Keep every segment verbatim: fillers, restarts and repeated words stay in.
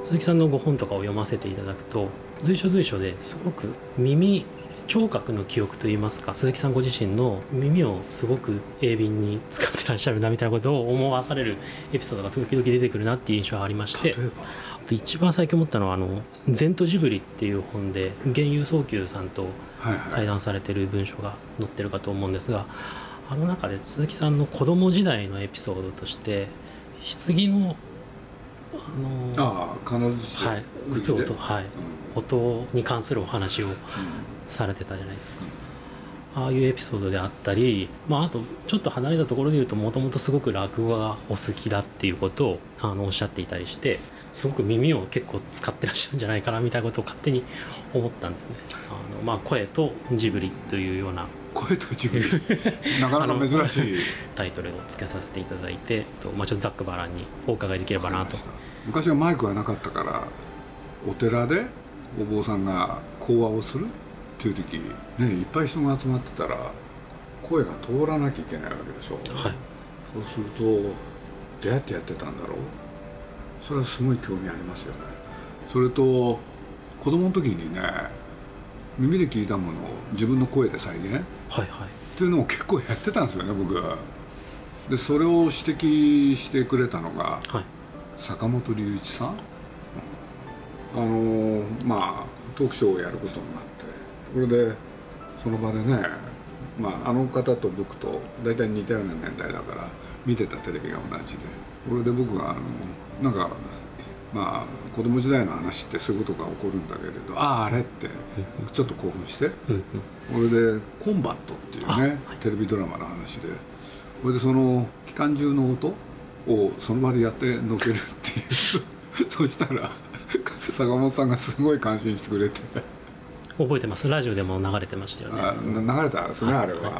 鈴木さんのご本とかを読ませていただくと、随所随所ですごく耳聴覚の記憶といいますか、鈴木さんご自身の耳をすごく鋭敏に使ってらっしゃるなみたいなことを思わされるエピソードが時々出てくるなっていう印象がありまして、例えば一番最近思ったのはあのゼントジブリっていう本で源遊宗久さんと対談されてる文章が載ってるかと思うんですが、あの中で鈴木さんの子供時代のエピソードとして棺のあのああ必ずしも、 はい、靴音、はい、うん、音に関するお話をされてたじゃないですか。ああいうエピソードであったり、まあ、あとちょっと離れたところで言うと、もともとすごく落語がお好きだっていうことをあのおっしゃっていたりして、すごく耳を結構使ってらっしゃるんじゃないかなみたいなことを勝手に思ったんですね。あの、まあ、声とジブリというような、 声とジブリなかなか珍しいタイトルをつけさせていただいて、と、まあ、ちょっとざっくばらんにお伺いできればなと。 昔はマイクがなかったから、お寺でお坊さんが講話をするっていう時、ね、いっぱい人が集まってたら声が通らなきゃいけないわけでしょ、 はい、 そうするとどうやってやってたんだろう。それはすごい興味ありますよね。それと子供の時にね、耳で聞いたものを自分の声で再現、はいはい、っていうのを結構やってたんですよね、僕は。でそれを指摘してくれたのが、はい、坂本龍一さん、あのまあトークショーをやることになって、これでその場でね、まあ、あの方と僕と大体似たような年代だから見てたテレビが同じで、これで僕があのなんかまあ子供時代の話ってそういうことが起こるんだけれど、あああれってちょっと興奮して、これでコンバットっていうねテレビドラマの話で、これでその機関銃の音をその場でやってのけるっていうそしたら坂本さんがすごい感心してくれて、 覚えてます。ラジオでも流れてましたよね。あ、 流れたんですね、あれは、はい、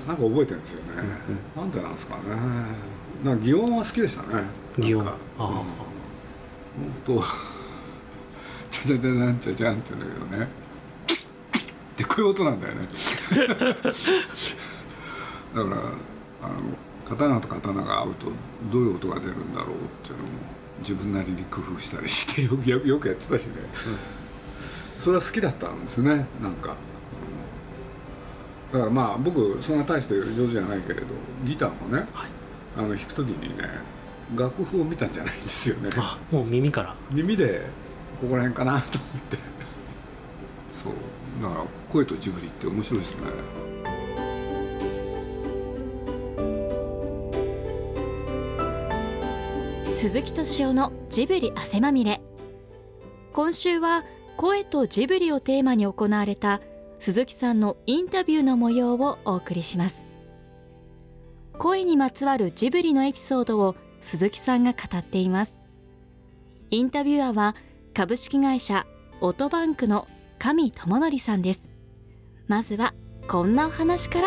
なんか覚えてるんですよね、うんうん、なんでなんですかね。なんか擬音は好きでしたね。 擬音、ああ、 本当チャチャチャチャンチャチャンって言うんだけどねってこういう音なんだよねだからあの刀と刀が合うとどういう音が出るんだろうっていうのも自分なりに工夫したりしてよくよくやってたしね、うん、それは好きだったんですよね、なんか、うん、だからまあ僕そんな大して上手じゃないけれどギターもね、はい、あの弾く時にね楽譜を見たんじゃないんですよね。 あ、もう耳から耳でここら辺かなと思ってそうだから声とジブリって面白いですね。 鈴木敏夫のジブリ汗まみれ。今週は声とジブリをテーマに行われた鈴木さんのインタビューの模様をお送りします。声にまつわるジブリのエピソードを鈴木さんが語っています。インタビュアーは株式会社オトバンクの上智則さんです。まずはこんなお話から。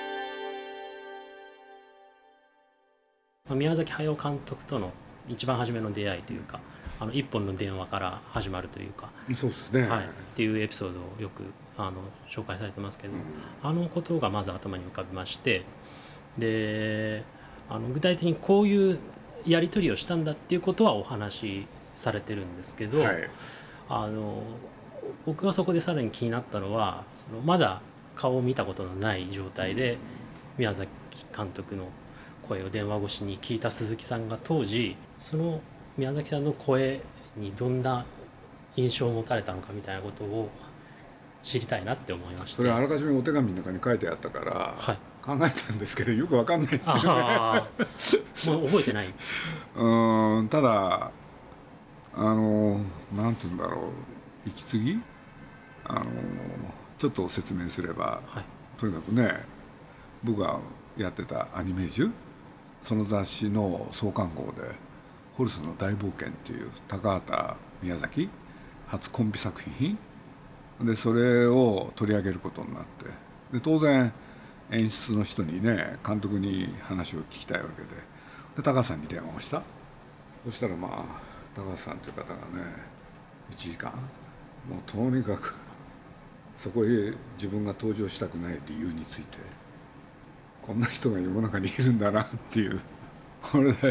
宮崎駿監督との一番初めの出会いというか、あの一本の電話から始まるというか、 そうですね、 はい、っていうエピソードをよくあの紹介されてますけど、うん、あのことがまず頭に浮かびまして、であの具体的にこういうやり取りをしたんだっていうことはお話しされてるんですけど、はい、あの僕がそこでさらに気になったのは、そのまだ顔を見たことのない状態で宮崎監督の声を電話越しに聞いた鈴木さんが当時その宮崎さんの声にどんな印象を持たれたのかみたいなことを知りたいなって思いました。 それはあらかじめお手紙の中に書いてあったから、はい、考えたんですけどよく分かんないですよね。あもう覚えてないうんただあのなんて言うんだろう、息継ぎあのちょっと説明すれば、はい、とにかくね僕がやってたアニメージュその雑誌の創刊号でホルスの大冒険っていう高畑宮崎初コンビ作品でそれを取り上げることになって、で当然演出の人にね監督に話を聞きたいわけで、で高橋さんに電話をした。そしたらまあ高橋さんという方がねいちじかんもうとにかくそこへ自分が登場したくない理由について、こんな人が世の中にいるんだなっていう、これで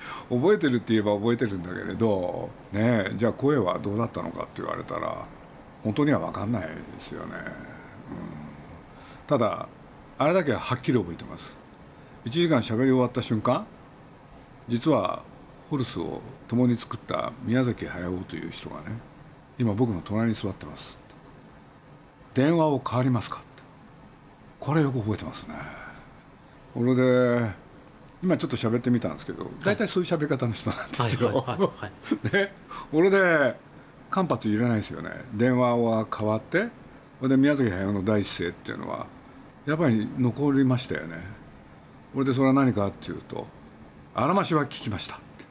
覚えてるって言えば覚えてるんだけれど、ね、じゃあ声はどうだったのかって言われたら本当には分かんないですよね、うん、ただあれだけははっきり覚えてます。いちじかん喋り終わった瞬間、実はホルスを共に作った宮崎駿という人がね、今僕の隣に座ってます。電話を代わりますかって、これよく覚えてますね。これで今ちょっと喋ってみたんですけど、大体そういう喋り方の人なんですよ。で、これで間髪いらないですよね。電話は変わって、これで宮崎駿の第一声っていうのはやっぱり残りましたよね。これでそれは何かっていうと、あらましは聞きましたって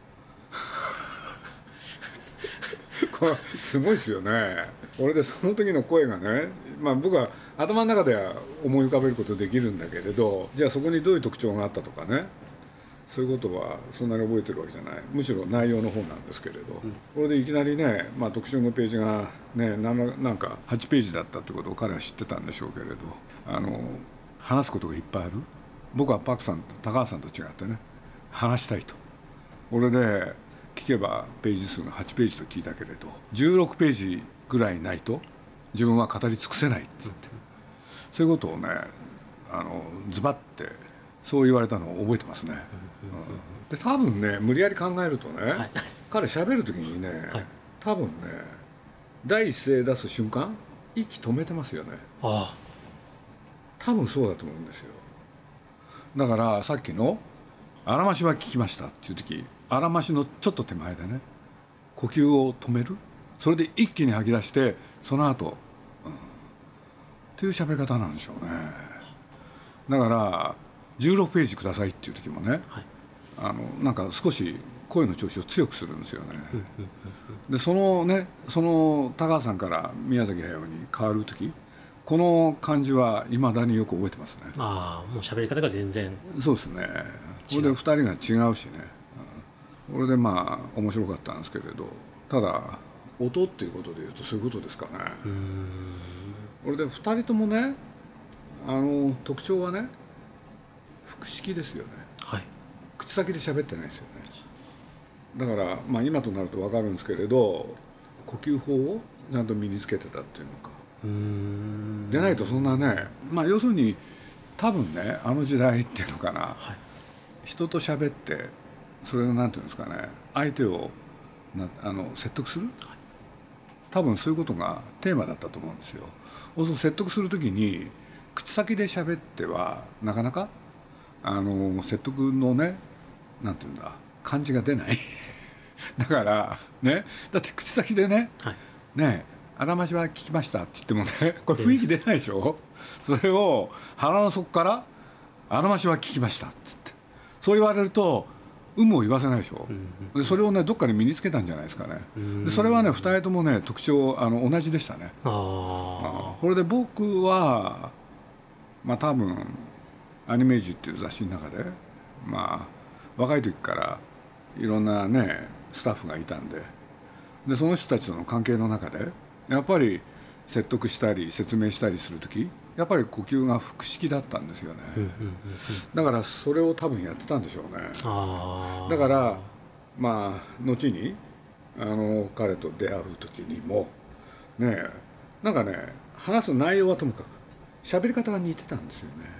これすごいですよね。これでその時の声がね、まあ僕は頭の中では思い浮かべることできるんだけれど、じゃあそこにどういう特徴があったとかね、そういうことはそんなに覚えてるわけじゃない。むしろ内容の方なんですけれど、うん、これでいきなりね、まあ、特集のページがね、なんかはちページだったということを彼は知ってたんでしょうけれど、あの話すことがいっぱいある。僕はパクさんと高橋さんと違ってね、話したいと。これで聞けばページ数がはちページと聞いたけれど、じゅうろくページぐらいないと自分は語り尽くせないって言って、そういうことをね、あのズバッてそう言われたのを覚えてますね、うん、で多分ね、無理やり考えるとね、はい、彼喋る時にね、はい、多分ね、第一声出す瞬間息止めてますよね。ああ、多分そうだと思うんですよ。だからさっきのあらましは聞きましたっていう時、あらましのちょっと手前でね、呼吸を止める、それで一気に吐き出して、その後、うん、っていう喋り方なんでしょうね。だからじゅうろくページくださいっていう時もね、はい、あのなんか少し声の調子を強くするんですよね。でそのね、その高橋さんから宮崎駿に変わる時、この感じはいまだによく覚えてますね。ああ、もう喋り方が全然。 そうですね。これでふたりが違うしね、うん、これでまあ面白かったんですけれど、ただ音っていうことでいうとそういうことですかね。うーん、これでふたりともね、あの特徴はね、腹式ですよね、はい、口先で喋ってないですよね。だから、まあ、今となると分かるんですけれど、呼吸法をちゃんと身につけてたっていうのか、うーん、でないとそんなね、まあ、要するに多分ね、あの時代っていうのかな、はい、人と喋ってそれをなんていうんですかね、相手をなあの説得する、はい、多分そういうことがテーマだったと思うんですよ。そうすると説得するときに口先で喋ってはなかなかあの説得のね、なんていうんだ、感じが出ないだからね、だって口先でね、はい、ね、あらましは聞きましたって言ってもね、これ雰囲気出ないでしょ。それを腹の底からあらましは聞きましたって言って、そう言われると有無を言わせないでしょ、うんうん、でそれをね、どっかで身につけたんじゃないですかね。でそれはね、ふたりともね、特徴あの同じでしたね。ああ、これで僕はまあ多分アニメージュっていう雑誌の中で、まあ若い時からいろんなねスタッフがいたんで、でその人たちとの関係の中でやっぱり説得したり説明したりする時、やっぱり呼吸が腹式だったんですよね、うんうんうんうん、だからそれを多分やってたんでしょうね。あ、だからまあ後にあの彼と出会う時にもね、なんかね、話す内容はともかく喋り方が似てたんですよね。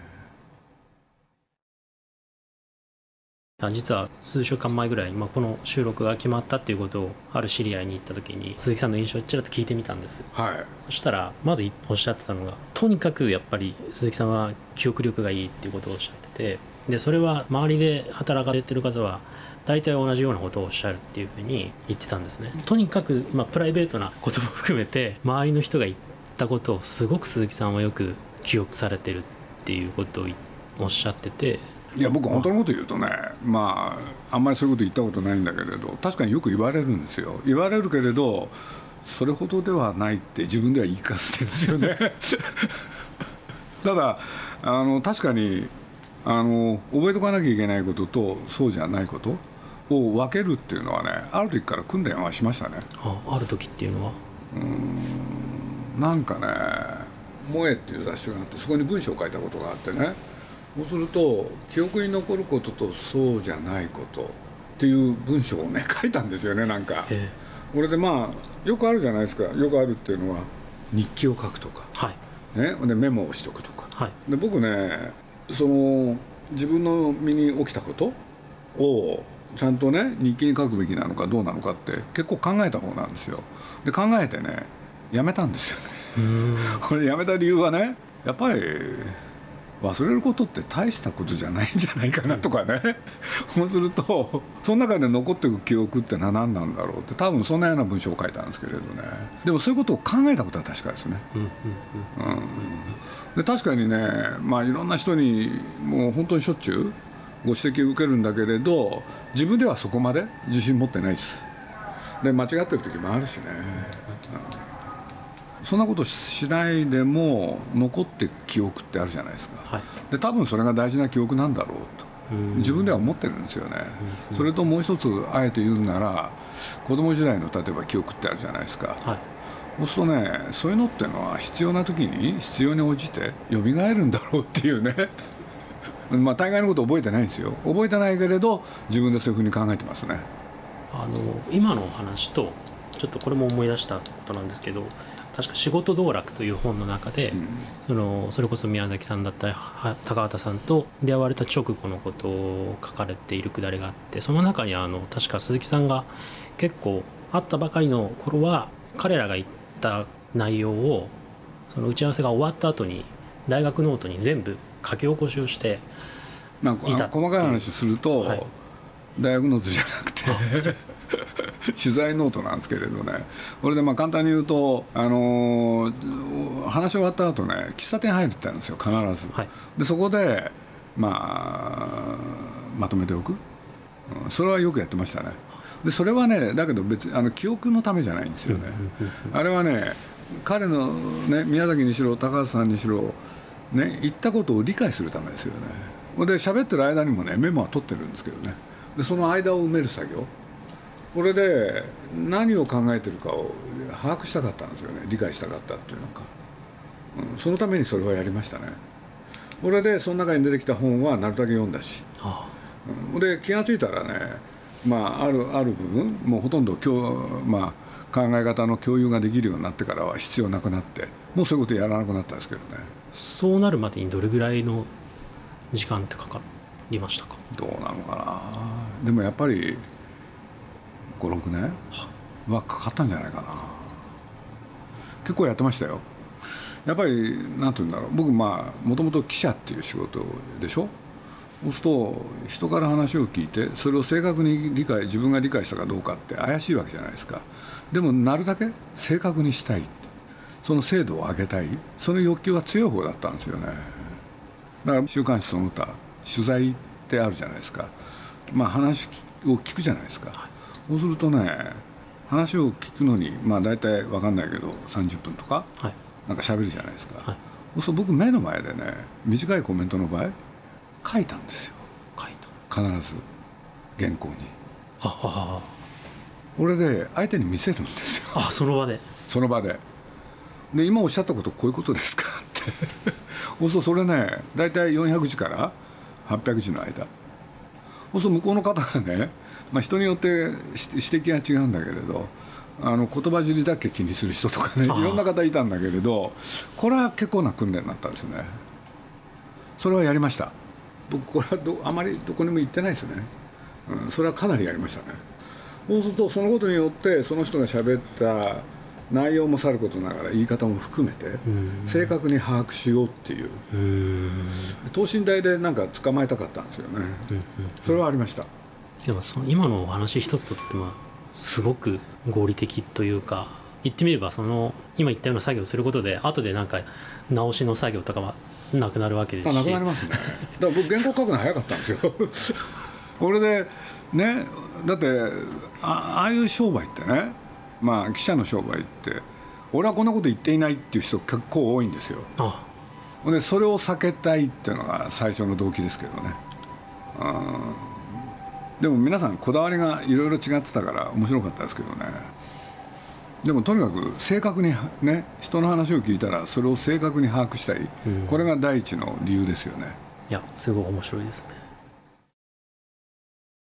実は数週間前ぐらいに、まあ、この収録が決まったっていうことをある知り合いに言った時に鈴木さんの印象をちらっと聞いてみたんです、はい、そしたらまずおっしゃってたのが、とにかくやっぱり鈴木さんは記憶力がいいっていうことをおっしゃってて、でそれは周りで働かれてる方は大体同じようなことをおっしゃるっていうふうに言ってたんですね。とにかく、まあ、プライベートなことも含めて周りの人が言ったことをすごく鈴木さんはよく記憶されてるっていうことをおっしゃってて、 いや僕本当のこと言うとね、まああんまりそういうこと言ったことないんだけれど、確かによく言われるんですよ。言われるけれどそれほどではないって自分では言い聞かせてるんですよねただあの確かにあの覚えとかなきゃいけないこととそうじゃないことを分けるっていうのはね、ある時から訓練はしましたね。 あ, ある時っていうのはうーんなんかね、萌えっていう雑誌があって、そこに文章を書いたことがあってね、そうすると記憶に残ることとそうじゃないこと、 っていう文章をね書いたんですよね。なんかえ俺でまあよくあるじゃないですか。よくあるっていうのは日記を書くとか、 はいね、でメモをしとくとか、 はいで僕ねその自分の身に起きたことをちゃんとね日記に書くべきなのかどうなのかって結構考えた方なんですよ。で考えてねやめたんですよね。 うーんこれやめた理由はねやっぱり忘れることって大したことじゃないんじゃないかなとかねそうするとその中で残っていく記憶ってのは何なんだろうって多分そんなような文章を書いたんですけれどね。でもそういうことを考えたことは確かですね。 うんうんうんで確かにね、まあ、いろんな人にもう本当にしょっちゅうご指摘を受けるんだけれど自分ではそこまで自信持ってないです。で間違ってる時もあるしね、うん、そんなことしないでも残っていく記憶ってあるじゃないですか、 はいで多分それが大事な記憶なんだろうとうん自分では思ってるんですよね、うん、それともう一つあえて言うなら子供時代の例えば記憶ってあるじゃないですか、 はいそうするとねそういうのってのは必要な時に必要に応じて蘇るんだろうっていうねまあ大概のこと覚えてないんですよ。覚えてないけれど自分でそういうふうに考えてますね。 あの今のお話とちょっとこれも思い出したことなんですけど、確か仕事道楽という本の中で、うん、そのそれこそ宮崎さんだったり高畑さんと出会われた直後のことを書かれているくだりがあって、その中にあの確か鈴木さんが結構会ったばかりの頃は彼らが言った内容をその打ち合わせが終わった後に大学ノートに全部書き起こしをしてなんか細かい話すると、はい、大学ノートじゃなくて取材ノートなんですけれどね。これでまあ簡単に言うと、あのー、話終わった後ね喫茶店入るって言ったんですよ必ず、はい、でそこでまあまとめておく、うん、それはよくやってましたね。でそれはねだけど別にあの記憶のためじゃないんですよね。あれはね彼のね宮崎にしろ高橋さんにしろね言ったことを理解するためですよね。で喋ってる間にもねメモは取ってるんですけどね。でその間を埋める作業、これで何を考えてるかを把握したかったんですよね。理解したかったっていうのか、うん、そのためにそれをやりましたね。これでその中に出てきた本はなるだけ読んだし、はあうん、で気が付いたらねまあ、あるある部分もうほとんど今日、まあ、考え方の共有ができるようになってからは必要なくなってもうそういうことやらなくなったんですけどね。そうなるまでにどれぐらいの時間ってかかりましたか？どうなのかな。でもやっぱりごろくねんはかかったんじゃないかな。結構やってましたよ。やっぱりなんていうんだろう、僕まあもともと記者っていう仕事でしょ。そうすると人から話を聞いてそれを正確に理解自分が理解したかどうかって怪しいわけじゃないですか。でもなるだけ正確にしたい、その精度を上げたい、その欲求は強い方だったんですよね。だから週刊誌その他取材ってあるじゃないですか。まあ話を聞くじゃないですか。そうするとね話を聞くのにまあ大体分かんないけどさんじゅっぷんとか、はい、なんか喋るじゃないですか、はい、そうすると僕目の前でね短いコメントの場合書いたんですよ。書いた必ず原稿に。ははは俺で相手に見せるんですよ。あその場でその場でで今おっしゃったことこういうことですかってそうするとそれね大体よんひゃくじからはっぴゃくじの間。そうすると向こうの方がね、まあ、人によって指摘が違うんだけれどあの言葉尻だけ気にする人とかねいろんな方いたんだけれどこれは結構な訓練になったんですよね。それはやりました。僕これはどあまりどこにも行ってないですよね、うん、それはかなりやりましたね。そうするとそのことによってその人が喋った内容もさることながら言い方も含めて正確に把握しようっていう、うーん等身大でなんか捕まえたかったんですよね、うんうんうん、それはありました。でもその今のお話一つとってもすごく合理的というか言ってみればその今言ったような作業をすることで後でなんか直しの作業とかはなくなるわけですし。なくなりますね。だから僕原稿書くの早かったんですよ俺でねだって あ, ああいう商売ってねまあ記者の商売って俺はこんなこと言っていないっていう人結構多いんですよ。ああでそれを避けたいっていうのが最初の動機ですけどね。あでも皆さんこだわりがいろいろ違ってたから面白かったですけどね。でもとにかく正確にね人の話を聞いたらそれを正確に把握したい、うん、これが第一の理由ですよね。いやすごい面白いですね。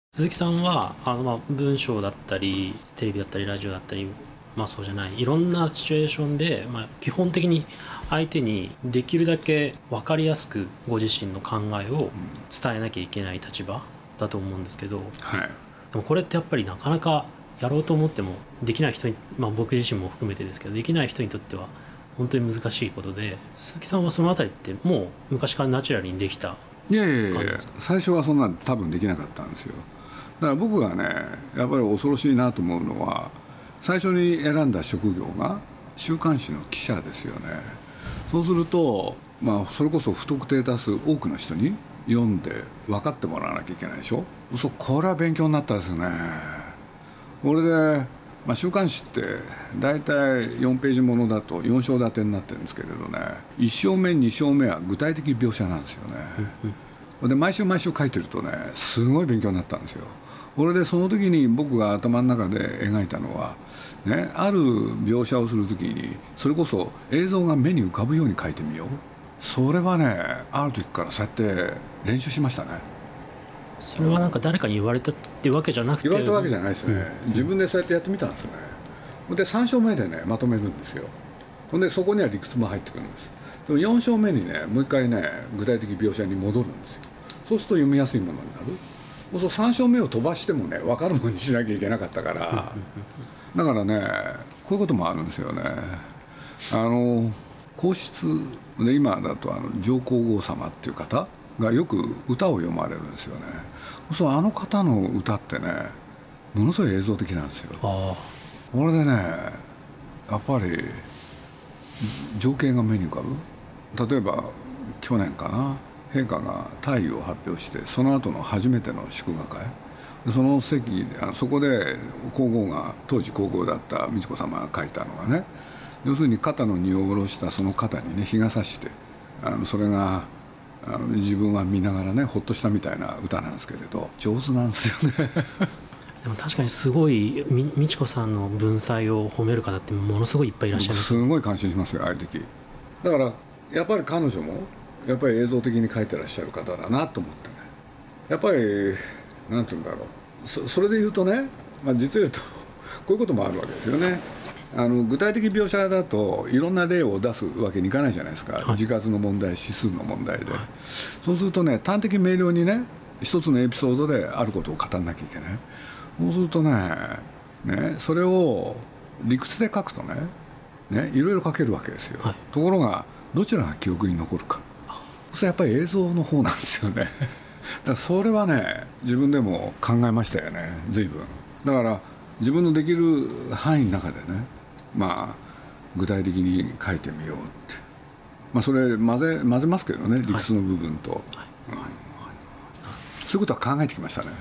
鈴木さんはあのまあ文章だったりテレビだったりラジオだったり、まあそうじゃないいろんなシチュエーションで、まあ、基本的に相手にできるだけ分かりやすくご自身の考えを伝えなきゃいけない立場だと思うんですけど、 はい、 でもこれってやっぱりなかなかやろうと思ってもできない人に、まあ、僕自身も含めてですけどできない人にとっては本当に難しいことで、鈴木さんはそのあたりってもう昔からナチュラルにできた？ いやいやいやいや、最初はそんな多分できなかったんですよ。だから僕がねやっぱり恐ろしいなと思うのは、最初に選んだ職業が週刊誌の記者ですよね。そうすると、まあ、それこそ不特定多数多くの人に読んで分かってもらわなきゃいけないでしょ。そう、これは勉強になったですよね。これで、まあ、週刊誌って大体よんページものだとよん章立てになってるんですけれどね、いち章目に章目は具体的描写なんですよね。で毎週毎週書いてるとねすごい勉強になったんですよ。これでその時に僕が頭の中で描いたのは、ね、ある描写をする時にそれこそ映像が目に浮かぶように書いてみよう。それはねある時からそうやって練習しましたね。 それはなんか誰かに言われたっていうわけじゃなくて？ 言われたわけじゃないですよね、うん、自分でそうやってやってみたんですよね。でさん章目でねまとめるんですよ。ほんでそこには理屈も入ってくるんです。でもよん章目にねもう一回ね具体的描写に戻るんですよ。そうすると読みやすいものになる。そうするとさん章目を飛ばしてもね分かるものにしなきゃいけなかったからだからねこういうこともあるんですよね。あの皇室で今だとあの上皇后様っていう方がよく歌を読まれるんですよね。そうあの方の歌ってねものすごい映像的なんですよ。これでねやっぱり情景が目に浮かぶ。例えば去年かな陛下が退位を発表してその後の初めての祝賀会、その席あそこで皇后が当時皇后だった美智子さまが書いたのがね、要するに肩の荷を下ろしたその肩にね日が差してあのそれがあの自分は見ながらねほっとしたみたいな歌なんですけれど上手なんですよねでも確かにすごい美智子さんの文才を褒める方ってものすごいいっぱいいらっしゃいます。 すごい感心しますよああいう時。だからやっぱり彼女もやっぱり映像的に書いてらっしゃる方だなと思ってね。やっぱりなんていうんだろう そ, それで言うとね、まあ、実を言うとこういうこともあるわけですよね。あの具体的描写だといろんな例を出すわけにいかないじゃないですか、はい、字数の問題指数の問題で、はい、そうするとね端的明瞭にね一つのエピソードであることを語らなきゃいけない。そうすると ね, ねそれを理屈で書くと ね, ねいろいろ書けるわけですよ、はい、ところがどちらが記憶に残るか、それやっぱり映像の方なんですよねだからそれはね自分でも考えましたよね随分。だから自分のできる範囲の中でねまあ具体的に書いてみようって、まあ、それ混ぜ混ぜますけどね理屈の部分と、はいはいうん、そういうことは考えてきましたね。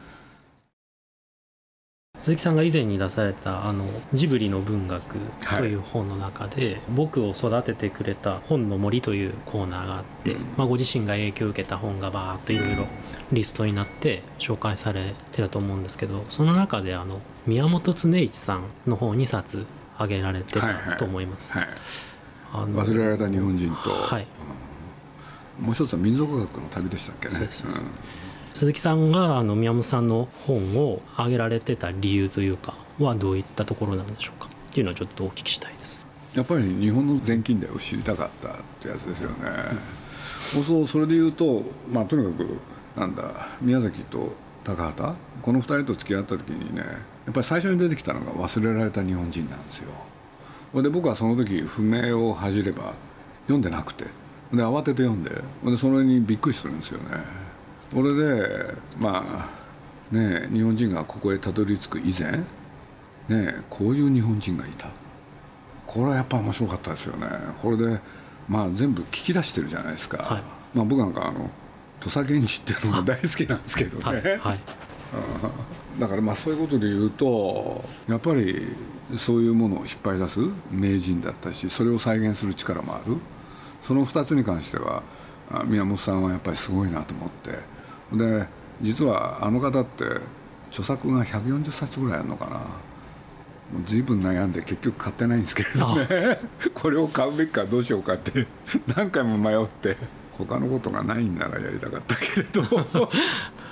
鈴木さんが以前に出されたあのジブリの文学という本の中で、はい、僕を育ててくれた本の森というコーナーがあって、うんまあ、ご自身が影響を受けた本がバーッといろいろリストになって紹介されてたと思うんですけど、その中であの宮本常一さんの本にさつ挙げられてたと思います、はいはいはい、あの忘れられた日本人と、 はいうん、もう一つは民族学の旅でしたっけね。 そうですそうです、うん鈴木さんがあの宮本さんの本を挙げられてた理由というかはどういったところなんでしょうかっていうのをちょっとお聞きしたいです。 やっぱり日本の前近代を知りたかったってやつですよね、うん、そうそれでいうと、まあ、とにかくなんだ宮崎と高畑このふたりと付き合った時にねやっぱり最初に出てきたのが忘れられた日本人なんですよ。で僕はその時不明を恥じれば読んでなくてで慌てて読んででそれにびっくりするんですよね。これでまあね日本人がここへたどり着く以前ねこういう日本人がいた。これはやっぱり面白かったですよね。これでまあ全部聞き出してるじゃないですか、はいまあ、僕なんかあの土佐源氏っていうのが大好きなんですけどね、はいはい、だからまあそういうことで言うとやっぱりそういうものを引っ張り出す名人だったしそれを再現する力もある。そのふたつに関しては宮本さんはやっぱりすごいなと思ってで実はあの方って著作がひゃくよんじゅっさつぐらいあるのかな。もう随分悩んで結局買ってないんですけれどねこれを買うべきかどうしようかって何回も迷って他のことがないんならやりたかったけれど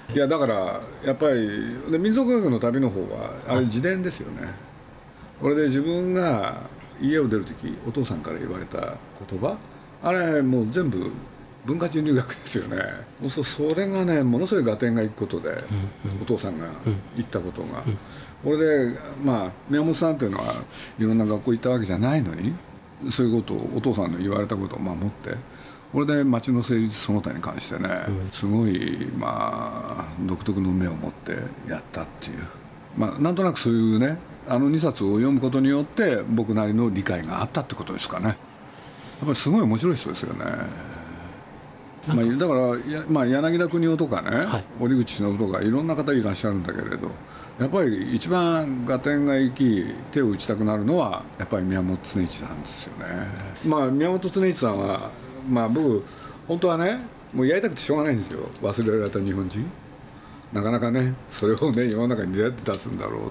いやだからやっぱりで民族学の旅の方はあれ自伝ですよね。これで自分が家を出るときお父さんから言われた言葉、あれもう全部文化人類学ですよね。そ, それがねものすごい合点がいくことで、うんうん、お父さんが言ったことが、うん、これでまあ宮本さんというのはいろんな学校行ったわけじゃないのにそういうことをお父さんの言われたことを守って、これで町の成立その他に関してね、うん、すごいまあ独特の目を持ってやったっていう、まあなんとなくそういうねあのにさつを読むことによって僕なりの理解があったってことですかね。やっぱりすごい面白い人ですよね。まあ、だからや、まあ、柳田国男とかね、はい、折口忍とかいろんな方いらっしゃるんだけれど、やっぱり一番合点がいき手を打ちたくなるのはやっぱり宮本常一さんですよね。まあ、宮本常一さんは、まあ、僕本当はねもうやりたくてしょうがないんですよ。忘れられた日本人、なかなかねそれをね世の中にどうやって出すんだろうって。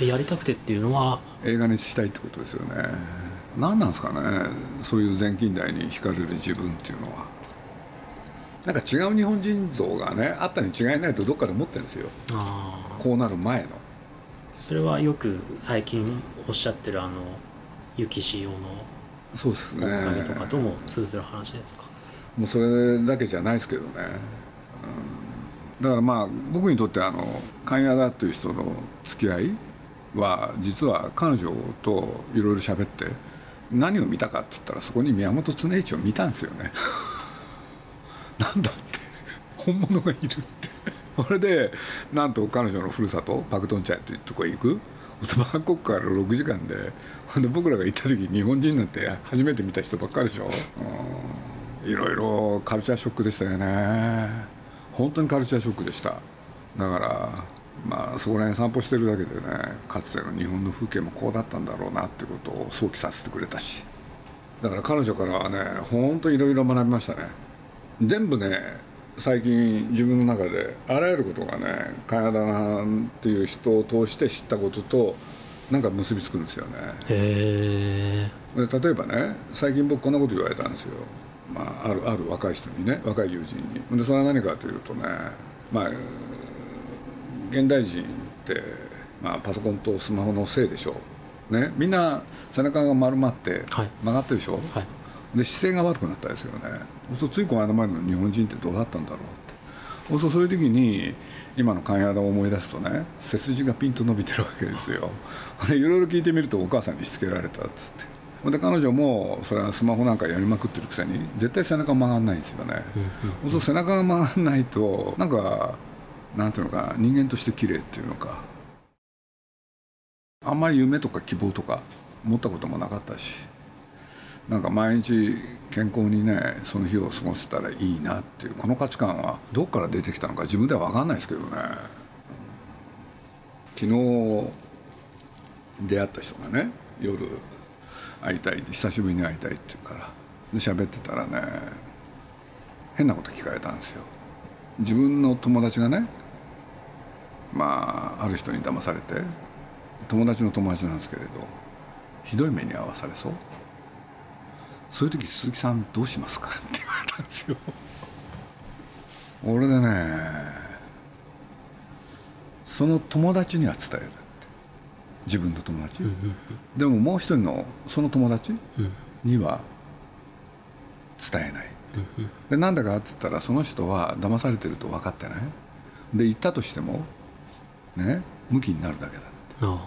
やりたくてっていうのは映画にしたいってことですよね。何なんですかねそういう前近代に惹かれる自分っていうのは。なんか違う日本人像がねあったに違いないとどっかで思ってるんですよ。あこうなる前の。 それはよく最近おっしゃってるあの雪塩のそうですね狼とかとも通ずる話ですか。 もうそれだけじゃないですけどね、うん、だからまあ僕にとってあの寛也だという人の付き合いは実は彼女といろいろ喋って何を見たかって言ったらそこに宮本常一を見たんですよね。なんだって本物がいるってこれでなんと彼女のふるさとパクトンチャイというとこへ行く。バンコクからろくじかんで、で僕らが行った時日本人なんて初めて見た人ばっかりでしょ。うんいろいろカルチャーショックでしたよね。本当にカルチャーショックでした。だからまあそこら辺散歩してるだけでねかつての日本の風景もこうだったんだろうなっていうことを想起させてくれたし、だから彼女からはね本当いろいろ学びましたね。全部ね最近自分の中であらゆることがね寛也だなっていう人を通して知ったこととなんか結びつくんですよね。 へで例えばね最近僕こんなこと言われたんですよ、まあ、あるある若い人にね若い友人に。でそれは何かというとね、まあ現代人って、まあ、パソコンとスマホのせいでしょう、ね、みんな背中が丸まって曲がってるでしょ、はいはいで姿勢が悪くなったですよね。そうついこの間までの日本人ってどうだったんだろうって。そうそういう時に今の寛也を思い出すとね背筋がピンと伸びてるわけですよ。でいろいろ聞いてみるとお母さんにしつけられたっつってで彼女もそれはスマホなんかやりまくってるくせに絶対背中曲がんないんですよね、うんうん、そう背中が曲がんないとなんかなんていうのか人間として綺麗っていうのかあんまり夢とか希望とか持ったこともなかったしなんか毎日健康にねその日を過ごせたらいいなっていうこの価値観はどっから出てきたのか自分では分かんないですけどね。昨日出会った人がね夜会いたいって久しぶりに会いたいって言うからで喋ってたらね変なこと聞かれたんですよ。自分の友達がねまあある人に騙されて友達の友達なんですけれどひどい目に遭わされそう。そういう時鈴木さんどうしますかって言われたんですよ。俺でねその友達には伝えるって自分の友達、うんうんうん、でももう一人のその友達には伝えない、うんうん、でなんだかって言ったらその人は騙されてると分かってないで言ったとしてもねムキになるだけだって。ああ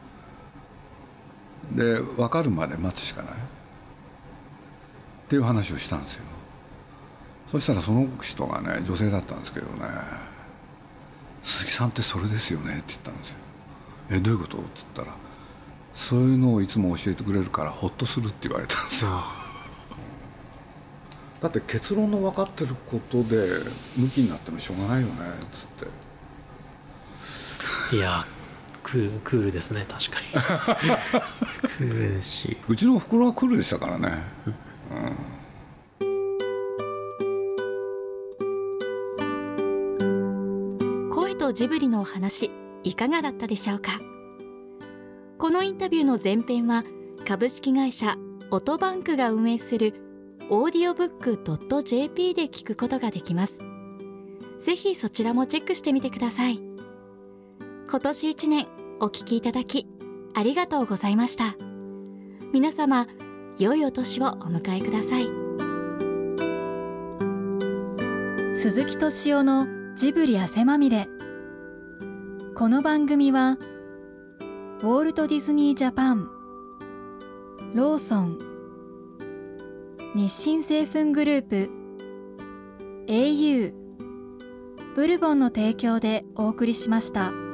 で分かるまで待つしかないっていう話をしたんですよ。そしたらその人がね女性だったんですけどね鈴木さんってそれですよねって言ったんですよ。えどういうことって言ったらそういうのをいつも教えてくれるからホッとするって言われたんですよ。だって結論の分かってることでムキになってもしょうがないよねっつって。いやクール、クールですね確かに。クールですしうちのおふくろはクールでしたからね、うん声とジブリのお話いかがだったでしょうか。このインタビューの前編は株式会社オトバンクが運営するオーディオブック ドットジェーピー で聞くことができます。 ぜひそちらもチェックしてみてください。今年いちねんお聞きいただきありがとうございました。皆様良いお年をお迎えください。鈴木敏夫のジブリ汗まみれ。この番組はウォルト・ディズニー・ジャパン、ローソン、日清製粉グループ、エーユー、ブルボンの提供でお送りしました。